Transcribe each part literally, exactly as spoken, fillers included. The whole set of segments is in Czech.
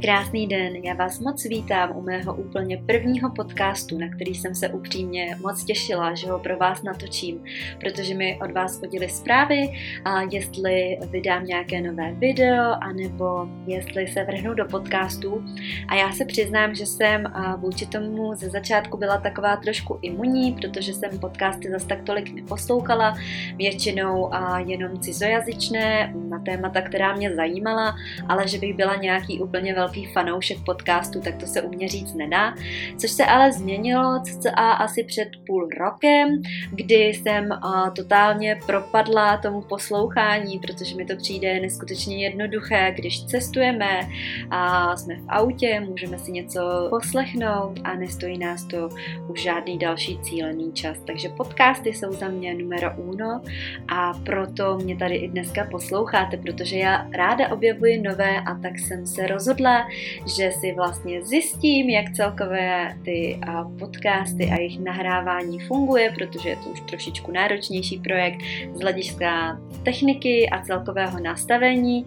Krásný den, já vás moc vítám u mého úplně prvního podcastu, na který jsem se upřímně moc těšila, že ho pro vás natočím, protože mi od vás chodily zprávy, a jestli vydám nějaké nové video, anebo jestli se vrhnu do podcastu. A já se přiznám, že jsem vůči tomu ze začátku byla taková trošku imunní, protože jsem podcasty zas tak tolik neposlouchala, většinou jenom cizojazyčné na témata, která mě zajímala, ale že bych byla nějaký úplně velký fanoušek podcastu, tak to se u mě říct nedá. Což se ale změnilo cca asi před půl rokem, kdy jsem uh, totálně propadla tomu poslouchání, protože mi to přijde neskutečně jednoduché, když cestujeme a jsme v autě, můžeme si něco poslechnout a nestojí nás to už žádný další cílený čas. Takže podcasty jsou za mě numero uno a proto mě tady i dneska posloucháte, protože já ráda objevuji nové a tak jsem se rozhodla, že si vlastně zjistím, jak celkové ty podcasty a jejich nahrávání funguje, protože je to už trošičku náročnější projekt z hlediska techniky a celkového nastavení,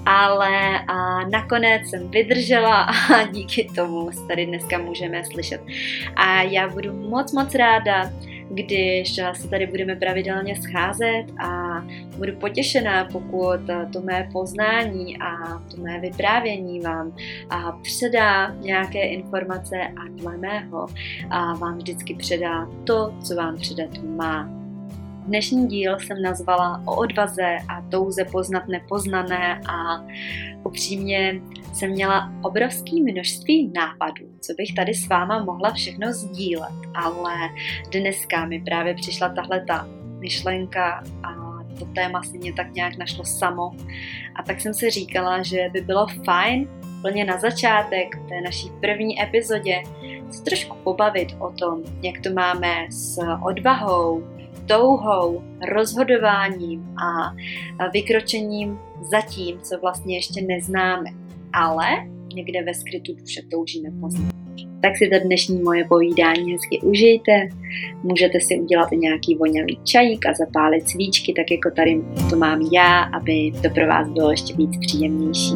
ale a nakonec jsem vydržela a díky tomu tady dneska můžeme slyšet. A já budu moc moc ráda, když se tady budeme pravidelně scházet a budu potěšená, pokud to mé poznání a to mé vyprávění vám a předá nějaké informace a dle mého a vám vždycky předá to, co vám předat má. Dnešní díl jsem nazvala o odvaze a touze poznat nepoznané a upřímně jsem měla obrovské množství nápadů, co bych tady s váma mohla všechno sdílet, ale dneska mi právě přišla tahle ta myšlenka a to téma si mě tak nějak našlo samo a tak jsem si říkala, že by bylo fajn plně na začátek té naší první epizodě se trošku pobavit o tom, jak to máme s odvahou, touhou, rozhodováním a vykročením za tím, co vlastně ještě neznáme, ale někde ve skrytu duše toužíme poznat. Tak si to dnešní moje povídání hezky užijte, můžete si udělat i nějaký voňavý čajík a zapálit svíčky, tak jako tady to mám já, aby to pro vás bylo ještě víc příjemnější.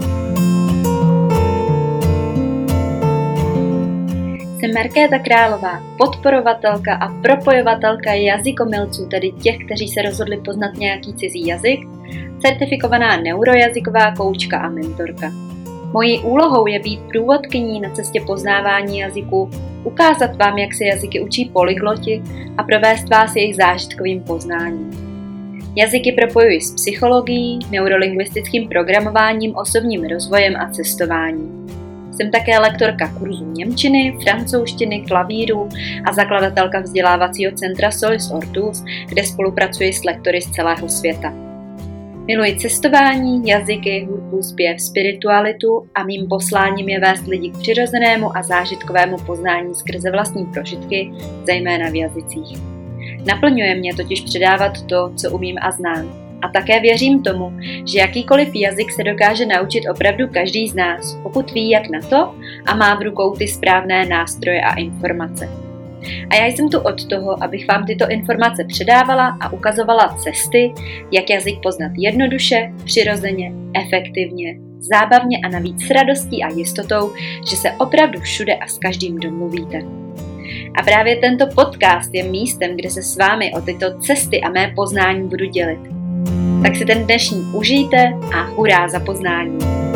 Jsem Markéta Králová, podporovatelka a propojovatelka jazykomilců, tedy těch, kteří se rozhodli poznat nějaký cizí jazyk, certifikovaná neurojazyková koučka a mentorka. Mojí úlohou je být průvodkyní na cestě poznávání jazyku, ukázat vám, jak se jazyky učí polygloti a provést vás jejich zážitkovým poznáním. Jazyky propojuji s psychologií, neurolingvistickým programováním, osobním rozvojem a cestováním. Jsem také lektorka kurzů němčiny, francouzštiny, klavíru a zakladatelka vzdělávacího centra Solis Ortus, kde spolupracuji s lektory z celého světa. Miluji cestování, jazyky, hudbu, zpěv, spiritualitu a mým posláním je vést lidi k přirozenému a zážitkovému poznání skrze vlastní prožitky, zejména v jazycích. Naplňuje mě totiž předávat to, co umím a znám. A také věřím tomu, že jakýkoliv jazyk se dokáže naučit opravdu každý z nás, pokud ví, jak na to a má v rukou ty správné nástroje a informace. A já jsem tu od toho, abych vám tyto informace předávala a ukazovala cesty, jak jazyk poznat jednoduše, přirozeně, efektivně, zábavně a navíc s radostí a jistotou, že se opravdu všude a s každým domluvíte. A právě tento podcast je místem, kde se s vámi o tyto cesty a mé poznání budu dělit. Tak si ten dnešní užijte a hurá za poznání.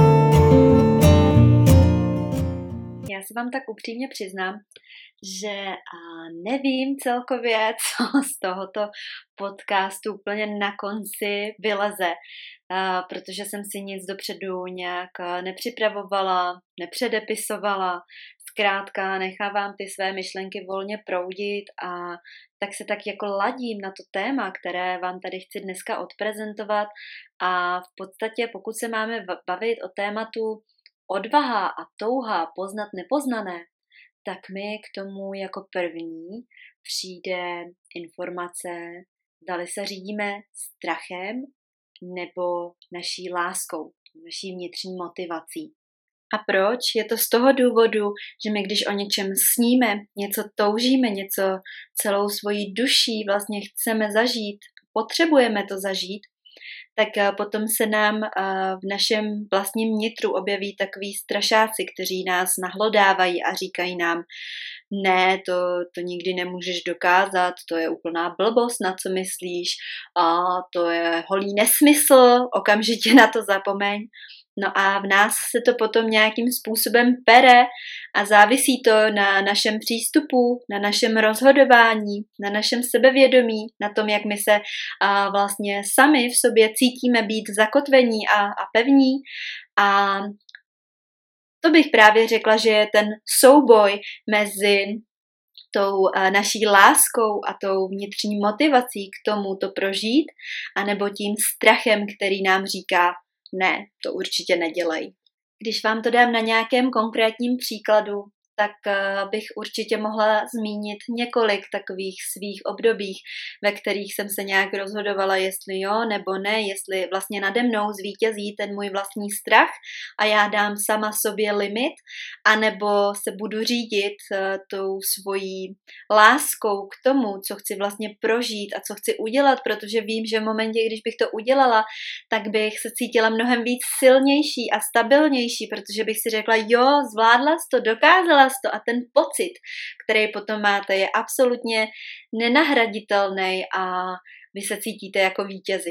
Já se vám tak upřímně přiznám, že nevím celkově, co z tohoto podcastu úplně na konci vyleze, protože jsem si nic dopředu nějak nepřipravovala, nepředepisovala, zkrátka nechávám ty své myšlenky volně proudit a tak se tak jako ladím na to téma, které vám tady chci dneska odprezentovat a v podstatě pokud se máme bavit o tématu odvaha a touha poznat nepoznané, tak mi k tomu jako první přijde informace, zdali se řídíme strachem nebo naší láskou, naší vnitřní motivací. A proč? Je to z toho důvodu, že my když o něčem sníme, něco toužíme, něco celou svojí duší vlastně chceme zažít, potřebujeme to zažít, tak potom se nám v našem vlastním nitru objeví takový strašáci, kteří nás nahlodávají a říkají nám, ne, to, to nikdy nemůžeš dokázat, to je úplná blbost, na co myslíš, a to je holý nesmysl, okamžitě na to zapomeň. No a v nás se to potom nějakým způsobem pere a závisí to na našem přístupu, na našem rozhodování, na našem sebevědomí, na tom, jak my se a vlastně sami v sobě cítíme být zakotvení a, a pevní. A to bych právě řekla, že je ten souboj mezi tou naší láskou a tou vnitřní motivací k tomu to prožít, anebo tím strachem, který nám říká, ne, to určitě nedělej. Když vám to dám na nějakém konkrétním příkladu, tak bych určitě mohla zmínit několik takových svých obdobích, ve kterých jsem se nějak rozhodovala, jestli jo nebo ne, jestli vlastně nade mnou zvítězí ten můj vlastní strach a já dám sama sobě limit, anebo se budu řídit tou svojí láskou k tomu, co chci vlastně prožít a co chci udělat, protože vím, že v momentě, když bych to udělala, tak bych se cítila mnohem víc silnější a stabilnější, protože bych si řekla, jo, zvládla jsi to, dokázala to a ten pocit, který potom máte, je absolutně nenahraditelný a vy se cítíte jako vítězi.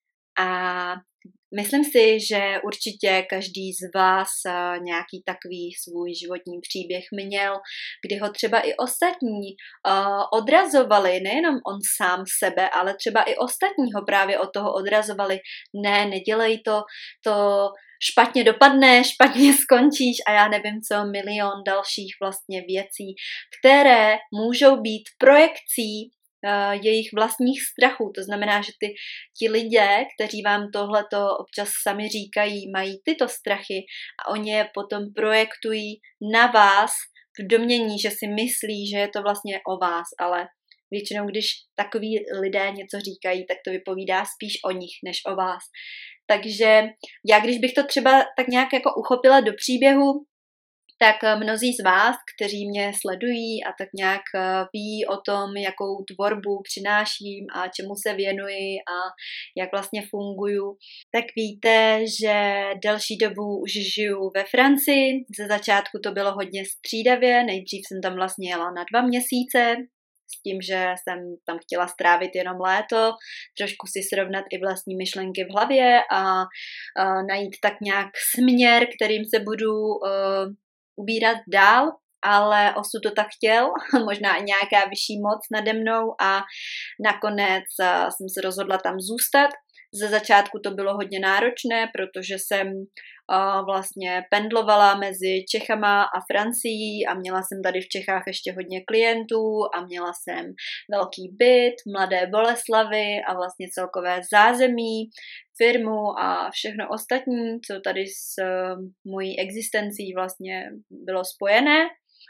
A myslím si, že určitě každý z vás nějaký takový svůj životní příběh měl, kdy ho třeba i ostatní odrazovali, nejenom on sám sebe, ale třeba i ostatní ho právě od toho odrazovali. Ne, nedělej to, to špatně dopadne, špatně skončíš a já nevím co, milion dalších vlastně věcí, které můžou být projekcí uh, jejich vlastních strachů. To znamená, že ty, ti lidé, kteří vám tohleto občas sami říkají, mají tyto strachy a oni je potom projektují na vás v domnění, že si myslí, že je to vlastně o vás, ale většinou, když takový lidé něco říkají, tak to vypovídá spíš o nich, než o vás. Takže já, když bych to třeba tak nějak jako uchopila do příběhu, tak mnozí z vás, kteří mě sledují a tak nějak ví o tom, jakou tvorbu přináším a čemu se věnuji a jak vlastně funguju, tak víte, že delší dobu už žiju ve Francii. Ze začátku to bylo hodně střídavě, nejdřív jsem tam vlastně jela na dva měsíce, s tím, že jsem tam chtěla strávit jenom léto, trošku si srovnat i vlastní myšlenky v hlavě a, a najít tak nějak směr, kterým se budu uh, ubírat dál, ale osud to tak chtěl, možná i nějaká vyšší moc nade mnou a nakonec uh, jsem se rozhodla tam zůstat. Ze začátku to bylo hodně náročné, protože jsem uh, vlastně pendlovala mezi Čechama a Francií a měla jsem tady v Čechách ještě hodně klientů a měla jsem velký byt, Mladé Boleslavi a vlastně celkové zázemí, firmu a všechno ostatní, co tady s uh, mojí existencí vlastně bylo spojené.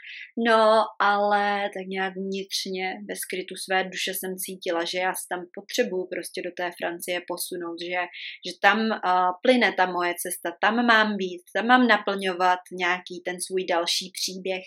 No, ale tak nějak vnitřně ve skrytu své duše jsem cítila, že já se tam potřebuju prostě do té Francie posunout, že, že tam uh, plyne ta moje cesta, tam mám být, tam mám naplňovat nějaký ten svůj další příběh.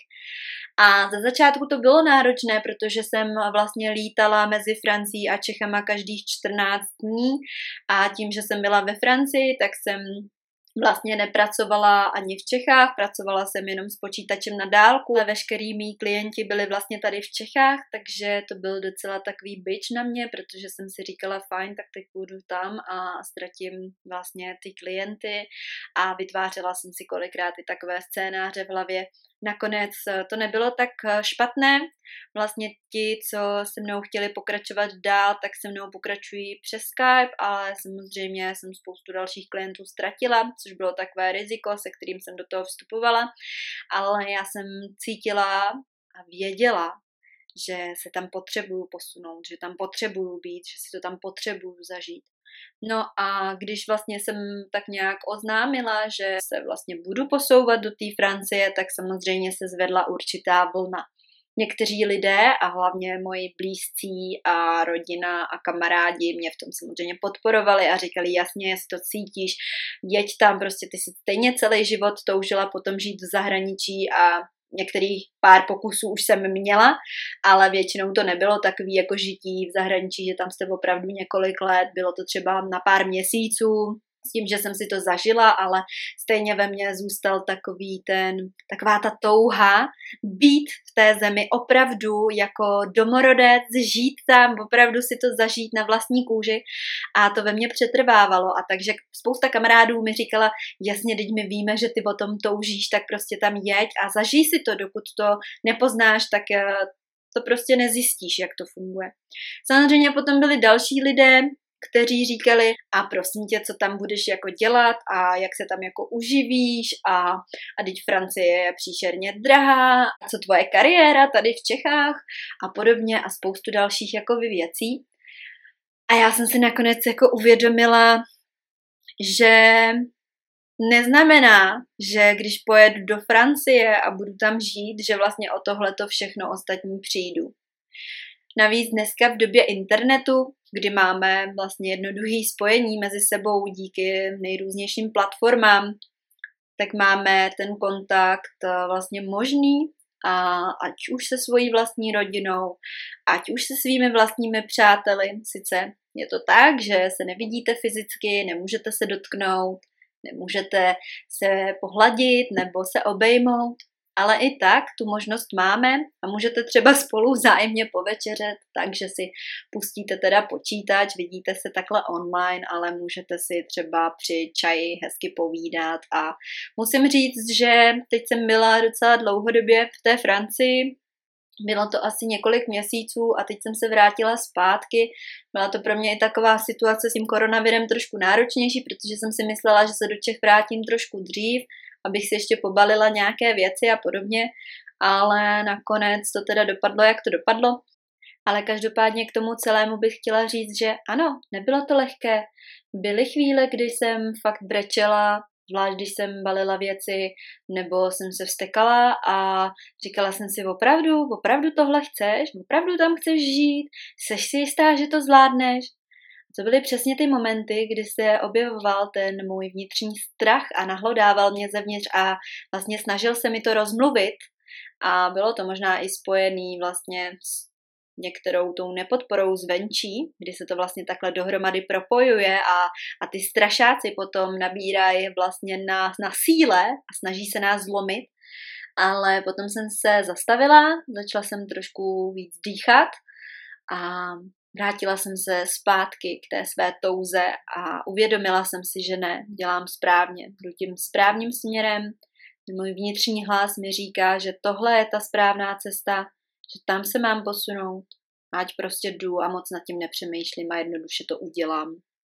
A za začátku to bylo náročné, protože jsem vlastně lítala mezi Francií a Čechama každých čtrnáct dní a tím, že jsem byla ve Francii, tak jsem vlastně nepracovala ani v Čechách, pracovala jsem jenom s počítačem na dálku a veškerý mý klienti byli vlastně tady v Čechách, takže to byl docela takový bič na mě, protože jsem si říkala fajn, tak teď půjdu tam a ztratím vlastně ty klienty a vytvářela jsem si kolikrát i takové scénáře v hlavě. Nakonec to nebylo tak špatné, vlastně ti, co se mnou chtěli pokračovat dál, tak se mnou pokračují přes Skype, ale samozřejmě jsem spoustu dalších klientů ztratila, což bylo takové riziko, se kterým jsem do toho vstupovala, ale já jsem cítila a věděla, že se tam potřebuju posunout, že tam potřebuju být, že si to tam potřebuju zažít. No a když vlastně jsem tak nějak oznámila, že se vlastně budu posouvat do té Francie, tak samozřejmě se zvedla určitá vlna. Někteří lidé a hlavně moji blízcí a rodina a kamarádi mě v tom samozřejmě podporovali a říkali jasně, jestli to cítíš, jeď tam, prostě ty si stejně celý život toužila potom žít v zahraničí a některých pár pokusů už jsem měla, ale většinou to nebylo takový jako žití v zahraničí, že tam jste opravdu několik let, bylo to třeba na pár měsíců, s tím, že jsem si to zažila, ale stejně ve mně zůstal takový ten, taková ta touha být v té zemi opravdu jako domorodec, žít tam, opravdu si to zažít na vlastní kůži a to ve mně přetrvávalo a takže spousta kamarádů mi říkala, jasně, teď my víme, že ty o tom toužíš, tak prostě tam jeď a zažij si to, dokud to nepoznáš, tak to prostě nezjistíš, jak to funguje. Samozřejmě potom byli další lidé, kteří říkali, a prosím tě, co tam budeš jako dělat a jak se tam jako uživíš a, a teď Francie je příšerně drahá, a co tvoje kariéra tady v Čechách a podobně a spoustu dalších jako věcí. A já jsem si nakonec jako uvědomila, že neznamená, že když pojedu do Francie a budu tam žít, že vlastně o tohleto všechno ostatní přijdu. Navíc dneska v době internetu, kdy máme vlastně jednoduché spojení mezi sebou díky nejrůznějším platformám, tak máme ten kontakt vlastně možný a ať už se svojí vlastní rodinou, ať už se svými vlastními přáteli, sice je to tak, že se nevidíte fyzicky, nemůžete se dotknout, nemůžete se pohladit nebo se obejmout, ale i tak tu možnost máme a můžete třeba spolu vzájemně povečeřet, takže si pustíte teda počítač, vidíte se takhle online, ale můžete si třeba při čaji hezky povídat a musím říct, že teď jsem byla docela dlouhodobě v té Francii, bylo to asi několik měsíců a teď jsem se vrátila zpátky. Byla to pro mě i taková situace s tím koronavirem trošku náročnější, protože jsem si myslela, že se do Čech vrátím trošku dřív, abych si ještě pobalila nějaké věci a podobně, ale nakonec to teda dopadlo, jak to dopadlo. Ale každopádně k tomu celému bych chtěla říct, že ano, nebylo to lehké. Byly chvíle, kdy jsem fakt brečela, zvlášť když jsem balila věci, nebo jsem se vztekala a říkala jsem si opravdu, opravdu tohle chceš, opravdu tam chceš žít, seš si jistá, že to zvládneš. To byly přesně ty momenty, kdy se objevoval ten můj vnitřní strach a nahlodával mě zevnitř a vlastně snažil se mi to rozmluvit a bylo to možná i spojený vlastně s některou tou nepodporou zvenčí, kdy se to vlastně takhle dohromady propojuje a, a ty strašáci potom nabírají vlastně na, na síle a snaží se nás zlomit, ale potom jsem se zastavila, začala jsem trošku víc dýchat a vrátila jsem se zpátky k té své touze a uvědomila jsem si, že ne, dělám správně, jdu tím správným směrem, můj vnitřní hlas mi říká, že tohle je ta správná cesta, že tam se mám posunout, ať prostě jdu a moc nad tím nepřemýšlím a jednoduše to udělám.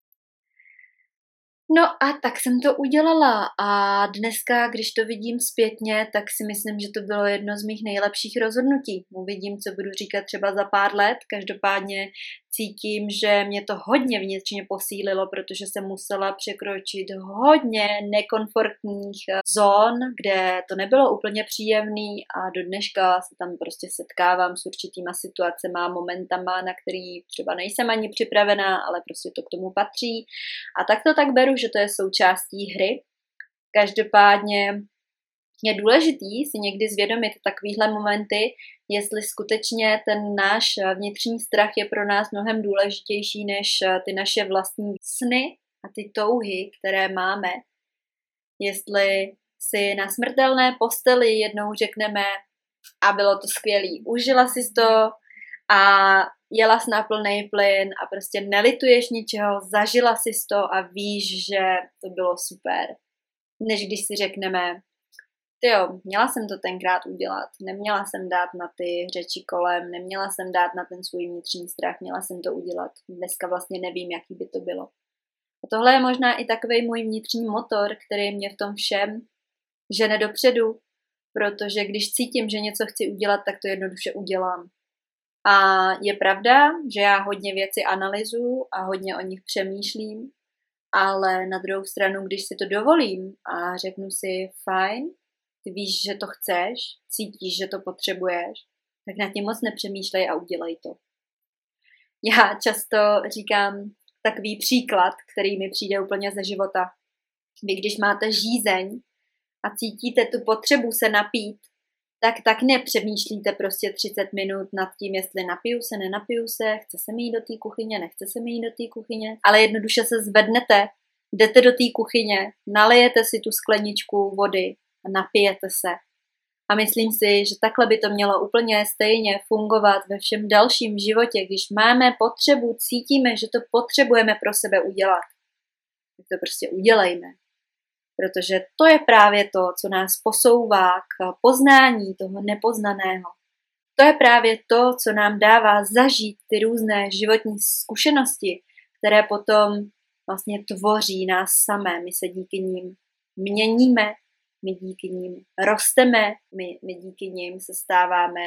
No a tak jsem to udělala a dneska, když to vidím zpětně, tak si myslím, že to bylo jedno z mých nejlepších rozhodnutí. Uvidím, co budu říkat třeba za pár let. Každopádně cítím, že mě to hodně vnitřně posílilo, protože jsem musela překročit hodně nekomfortních zón, kde to nebylo úplně příjemný a do dneška se tam prostě setkávám s určitýma situacema, momentama, na který třeba nejsem ani připravená, ale prostě to k tomu patří. A tak to tak beru, že to je součástí hry. Každopádně je důležitý si někdy zvědomit takovýhle momenty, jestli skutečně ten náš vnitřní strach je pro nás mnohem důležitější než ty naše vlastní sny a ty touhy, které máme. Jestli si na smrtelné posteli jednou řekneme a bylo to skvělý, užila si to a jela jsi na plnej plyn a prostě nelituješ ničeho, zažila si to a víš, že to bylo super. Než když si řekneme, tyjo, měla jsem to tenkrát udělat, neměla jsem dát na ty řeči kolem, neměla jsem dát na ten svůj vnitřní strach, měla jsem to udělat. Dneska vlastně nevím, jaký by to bylo. A tohle je možná i takovej můj vnitřní motor, který mě v tom všem žene dopředu, protože když cítím, že něco chci udělat, tak to jednoduše udělám. A je pravda, že já hodně věci analyzuju a hodně o nich přemýšlím, ale na druhou stranu, když si to dovolím a řeknu si fajn, ty víš, že to chceš, cítíš, že to potřebuješ, tak nad tím moc nepřemýšlej a udělej to. Já často říkám takový příklad, který mi přijde úplně ze života. Vy když máte žízeň a cítíte tu potřebu se napít, tak tak nepřemýšlíte prostě třicet minut nad tím, jestli napiju se, nenapiju se, chce se mi jít do té kuchyně, nechce se mi jít do té kuchyně, ale jednoduše se zvednete, jdete do té kuchyně, nalijete si tu skleničku vody a napijete se. A myslím si, že takhle by to mělo úplně stejně fungovat ve všem dalším životě, když máme potřebu, cítíme, že to potřebujeme pro sebe udělat. Tak to prostě udělejme. Protože to je právě to, co nás posouvá k poznání toho nepoznaného. To je právě to, co nám dává zažít ty různé životní zkušenosti, které potom vlastně tvoří nás samé. My se díky nim měníme, my díky nim rosteme, my, my díky nim se stáváme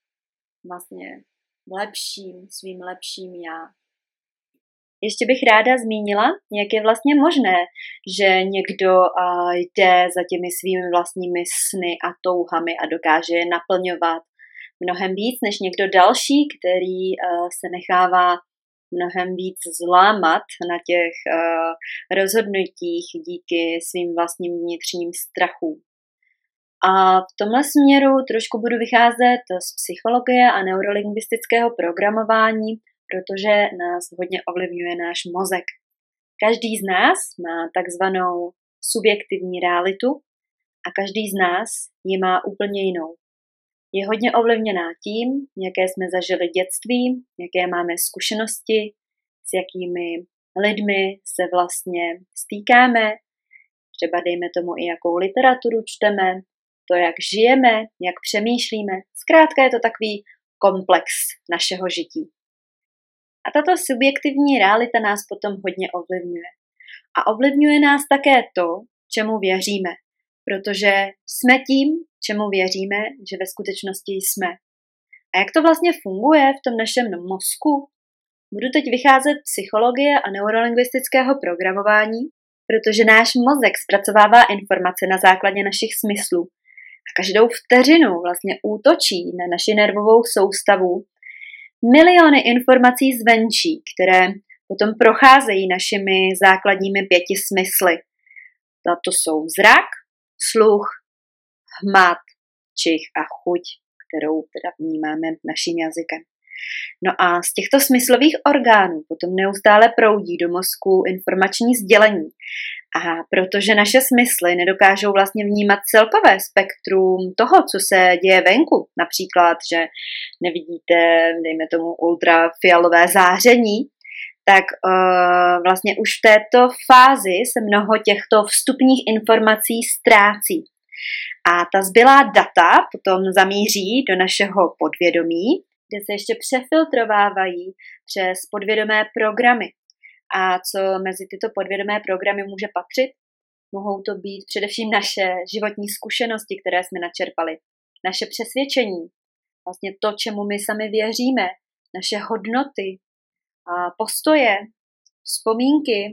vlastně lepším, svým lepším já. Ještě bych ráda zmínila, jak je vlastně možné, že někdo uh, jde za těmi svými vlastními sny a touhami a dokáže je naplňovat mnohem víc než někdo další, který uh, se nechává mnohem víc zlámat na těch uh, rozhodnutích díky svým vlastním vnitřním strachům. A v tomhle směru trošku budu vycházet z psychologie a neurolingvistického programování, protože nás hodně ovlivňuje náš mozek. Každý z nás má takzvanou subjektivní realitu a každý z nás ji má úplně jinou. Je hodně ovlivněná tím, jaké jsme zažili dětství, jaké máme zkušenosti, s jakými lidmi se vlastně stýkáme, třeba dejme tomu i jakou literaturu čteme, to, jak žijeme, jak přemýšlíme. Zkrátka je to takový komplex našeho žití. A tato subjektivní realita nás potom hodně ovlivňuje. A ovlivňuje nás také to, čemu věříme, protože jsme tím, čemu věříme, že ve skutečnosti jsme. A jak to vlastně funguje v tom našem mozku? Budu teď vycházet z psychologie a neurolingvistického programování, protože náš mozek zpracovává informace na základě našich smyslů. A každou vteřinu vlastně útočí na naši nervovou soustavu miliony informací zvenčí, které potom procházejí našimi základními pěti smysly. To jsou zrak, sluch, hmat, čich a chuť, kterou teda vnímáme naším jazykem. No a z těchto smyslových orgánů potom neustále proudí do mozku informační sdělení. A protože naše smysly nedokážou vlastně vnímat celkové spektrum toho, co se děje venku, například, že nevidíte, dejme tomu, ultrafialové záření, tak uh, vlastně už v této fázi se mnoho těchto vstupních informací ztrácí. A ta zbylá data potom zamíří do našeho podvědomí, kde se ještě přefiltrovávají přes podvědomé programy. A co mezi tyto podvědomé programy může patřit? Mohou to být především naše životní zkušenosti, které jsme načerpali, naše přesvědčení, vlastně to, čemu my sami věříme, naše hodnoty, a postoje, vzpomínky, a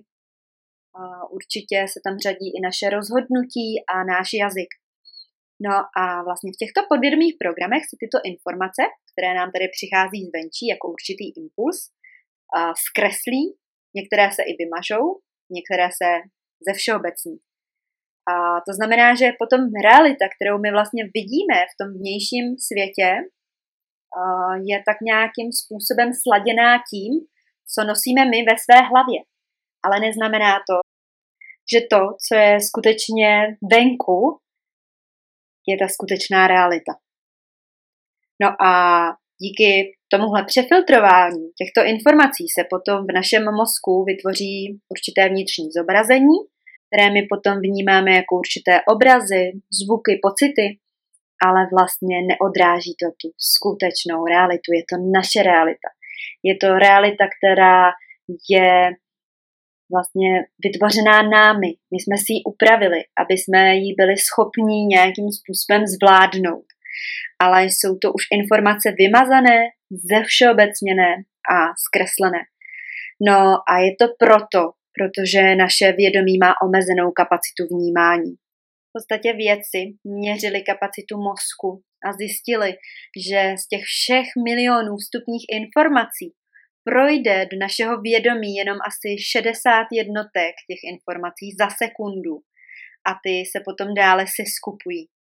určitě se tam řadí i naše rozhodnutí a náš jazyk. No a vlastně v těchto podvědomých programech se tyto informace, které nám tady přichází zvenčí jako určitý impuls, zkreslí, některé se i vymažou, některé se zevšeobecní. A to znamená, že potom realita, kterou my vlastně vidíme v tom vnějším světě, je tak nějakým způsobem sladěná tím, co nosíme my ve své hlavě. Ale neznamená to, že to, co je skutečně venku, je ta skutečná realita. No a díky tomuhle přefiltrování těchto informací se potom v našem mozku vytvoří určité vnitřní zobrazení, které my potom vnímáme jako určité obrazy, zvuky, pocity, ale vlastně neodráží to tu skutečnou realitu. Je to naše realita. Je to realita, která je vlastně vytvořená námi. My jsme si ji upravili, aby jsme ji byli schopni nějakým způsobem zvládnout. Ale jsou to už informace vymazané, zevšeobecněné a zkreslené. No a je to proto, protože naše vědomí má omezenou kapacitu vnímání. V podstatě vědci měřili kapacitu mozku a zjistili, že z těch všech milionů vstupních informací projde do našeho vědomí jenom asi šedesát jednotek těch informací za sekundu a ty se potom dále seskupují.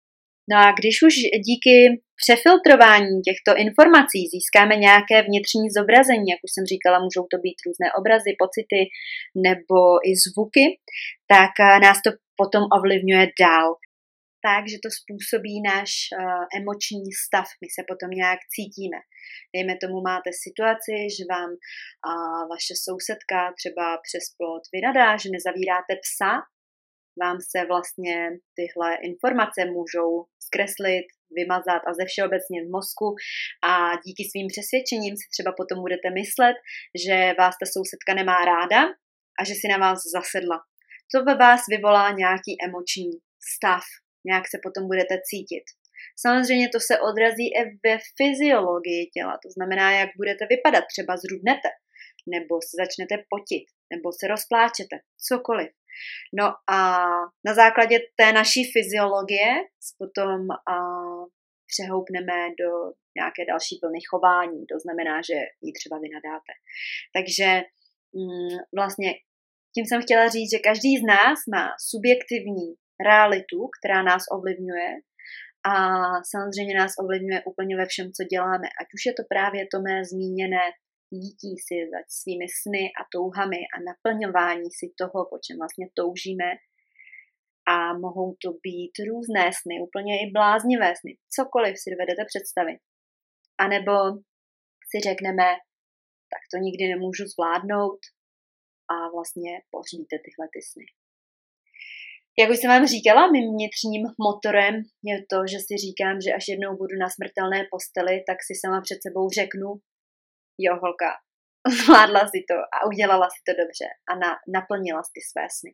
No a když už díky přefiltrování těchto informací získáme nějaké vnitřní zobrazení, jak už jsem říkala, můžou to být různé obrazy, pocity nebo i zvuky, tak nás to potom ovlivňuje dál. Takže to způsobí náš uh, emoční stav, my se potom nějak cítíme. Dejme tomu, máte situaci, že vám uh, vaše sousedka třeba přes plot vynadá, že nezavíráte psa, vám se vlastně tyhle informace můžou zkreslit, vymazat a ze všeobecně v mozku a díky svým přesvědčením si třeba potom budete myslet, že vás ta sousedka nemá ráda a že si na vás zasedla. To ve vás vyvolá nějaký emoční stav, nějak se potom budete cítit. Samozřejmě to se odrazí i ve fyziologii těla, to znamená, jak budete vypadat, třeba zrudnete, nebo se začnete potit, nebo se rozpláčete, cokoliv. No a na základě té naší fyziologie se potom a, přehoupneme do nějaké další vlny chování, to znamená, že ji třeba vynadáte. Takže mm, vlastně tím jsem chtěla říct, že každý z nás má subjektivní realitu, která nás ovlivňuje a samozřejmě nás ovlivňuje úplně ve všem, co děláme. Ať už je to právě to mé zmíněné jítí si za svými sny a touhami a naplňování si toho, po čem vlastně toužíme. A mohou to být různé sny, úplně i bláznivé sny, cokoliv si dovedete představit. A nebo si řekneme, tak to nikdy nemůžu zvládnout a vlastně pohřbíte tyhle ty sny. Jak už jsem vám říkala, mým vnitřním motorem je to, že si říkám, že až jednou budu na smrtelné posteli, tak si sama před sebou řeknu, jo holka, zvládla si to a udělala si to dobře a na, naplnila si ty své sny.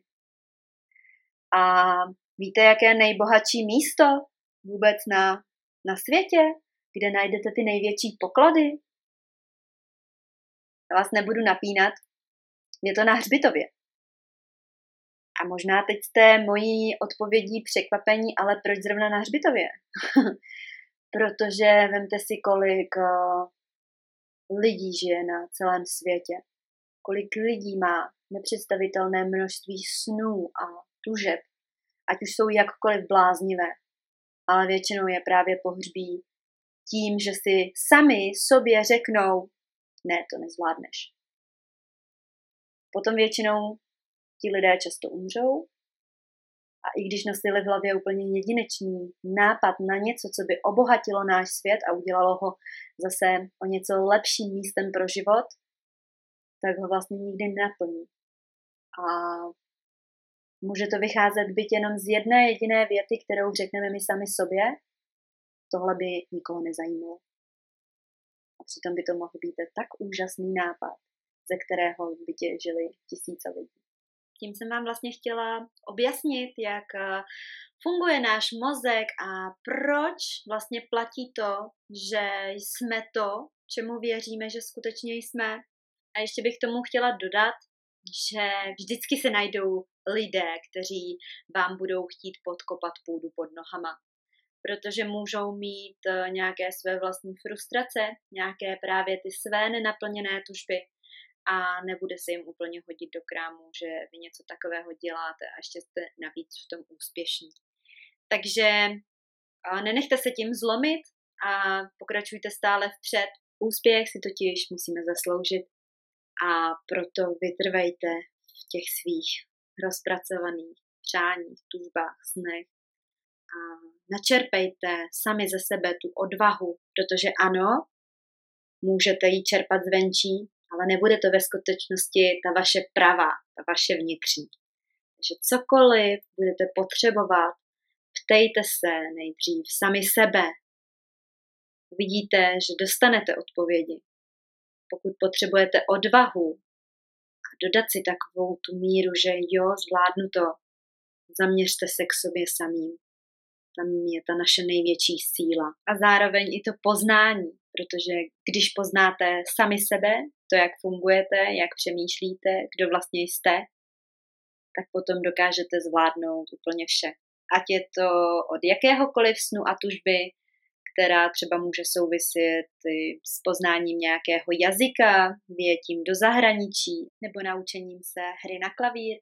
A víte, jaké nejbohatší místo vůbec na, na světě, kde najdete ty největší poklady? Já vás nebudu napínat, je to na hřbitově. A možná teď jste mojí odpovědí překvapení, ale proč zrovna na hřbitově? Protože vemte si, kolik uh, lidí žije na celém světě. Kolik lidí má nepředstavitelné množství snů a tužeb, ať už jsou jakkoliv bláznivé, ale většinou je právě pohřbí tím, že si sami sobě řeknou, ne, to nezvládneš. Potom většinou ti lidé často umřou a i když nosili v hlavě úplně jedinečný nápad na něco, co by obohatilo náš svět a udělalo ho zase o něco lepším místem pro život, tak ho vlastně nikdy nenaplní. A může to vycházet byť jenom z jedné jediné věty, kterou řekneme my sami sobě, tohle by nikoho nezajímalo. A přitom by to mohl být tak úžasný nápad, ze kterého by těžili tisíce lidí. Tím jsem vám vlastně chtěla objasnit, jak funguje náš mozek a proč vlastně platí to, že jsme to, čemu věříme, že skutečně jsme. A ještě bych tomu chtěla dodat, že vždycky se najdou lidé, kteří vám budou chtít podkopat půdu pod nohama. Protože můžou mít nějaké své vlastní frustrace, nějaké právě ty své nenaplněné tužby, a nebude se jim úplně hodit do krámu, že vy něco takového děláte a ještě jste navíc v tom úspěšní. Takže nenechte se tím zlomit a pokračujte stále vpřed. Úspěch si totiž musíme zasloužit a proto vytrvejte v těch svých rozpracovaných přáních, tužbách, snech a načerpejte sami ze sebe tu odvahu, protože ano, můžete ji čerpat zvenčí, ale nebude to ve skutečnosti ta vaše pravá, ta vaše vnitřní. Takže cokoliv budete potřebovat, ptejte se nejdřív sami sebe. Uvidíte, že dostanete odpovědi. Pokud potřebujete odvahu a dodat si takovou tu míru, že jo, zvládnu to, zaměřte se k sobě samým. Tam je ta naše největší síla. A zároveň i to poznání, protože když poznáte sami sebe, to, jak fungujete, jak přemýšlíte, kdo vlastně jste, tak potom dokážete zvládnout úplně vše. Ať je to od jakéhokoliv snu a tužby, která třeba může souviset s poznáním nějakého jazyka, vyjetím do zahraničí nebo naučením se hry na klavír,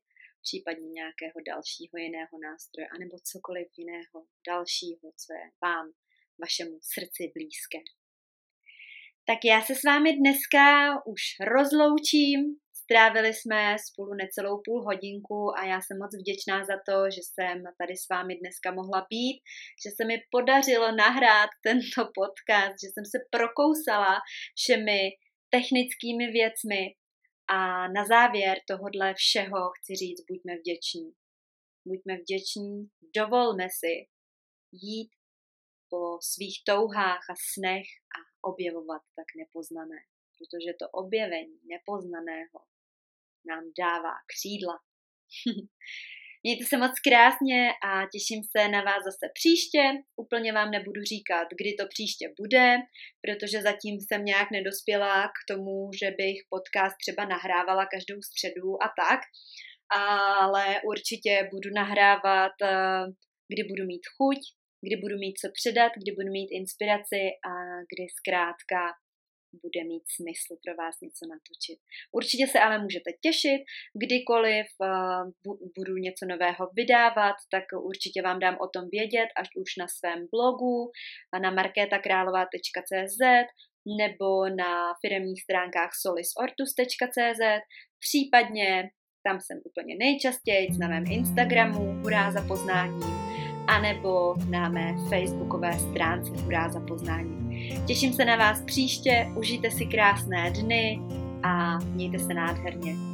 případně nějakého dalšího jiného nástroje, anebo cokoliv jiného dalšího, co je vám, vašemu srdci blízké. Tak já se s vámi dneska už rozloučím. Strávili jsme spolu necelou půl hodinku a já jsem moc vděčná za to, že jsem tady s vámi dneska mohla být, že se mi podařilo nahrát tento podcast, že jsem se prokousala všemi technickými věcmi a na závěr tohodle všeho chci říct, buďme vděční. Buďme vděční, dovolme si jít po svých touhách a snech a objevovat tak nepoznané, protože to objevení nepoznaného nám dává křídla. Mějte se moc krásně a těším se na vás zase příště. Úplně vám nebudu říkat, kdy to příště bude, protože zatím jsem nějak nedospěla k tomu, že bych podcast třeba nahrávala každou středu a tak, ale určitě budu nahrávat, kdy budu mít chuť, kdy budu mít co předat, kdy budu mít inspiraci a kdy zkrátka bude mít smysl pro vás něco natočit. Určitě se ale můžete těšit, kdykoliv uh, budu něco nového vydávat, tak určitě vám dám o tom vědět, až už na svém blogu na markétakrálová tečka cé zet nebo na firemních stránkách solisortus tečka cé zet, případně tam jsem úplně nejčastěji na mém Instagramu Hurá za poznáním, anebo na mé facebookové stránce Hurá za poznáním. Těším se na vás příště, užijte si krásné dny a mějte se nádherně.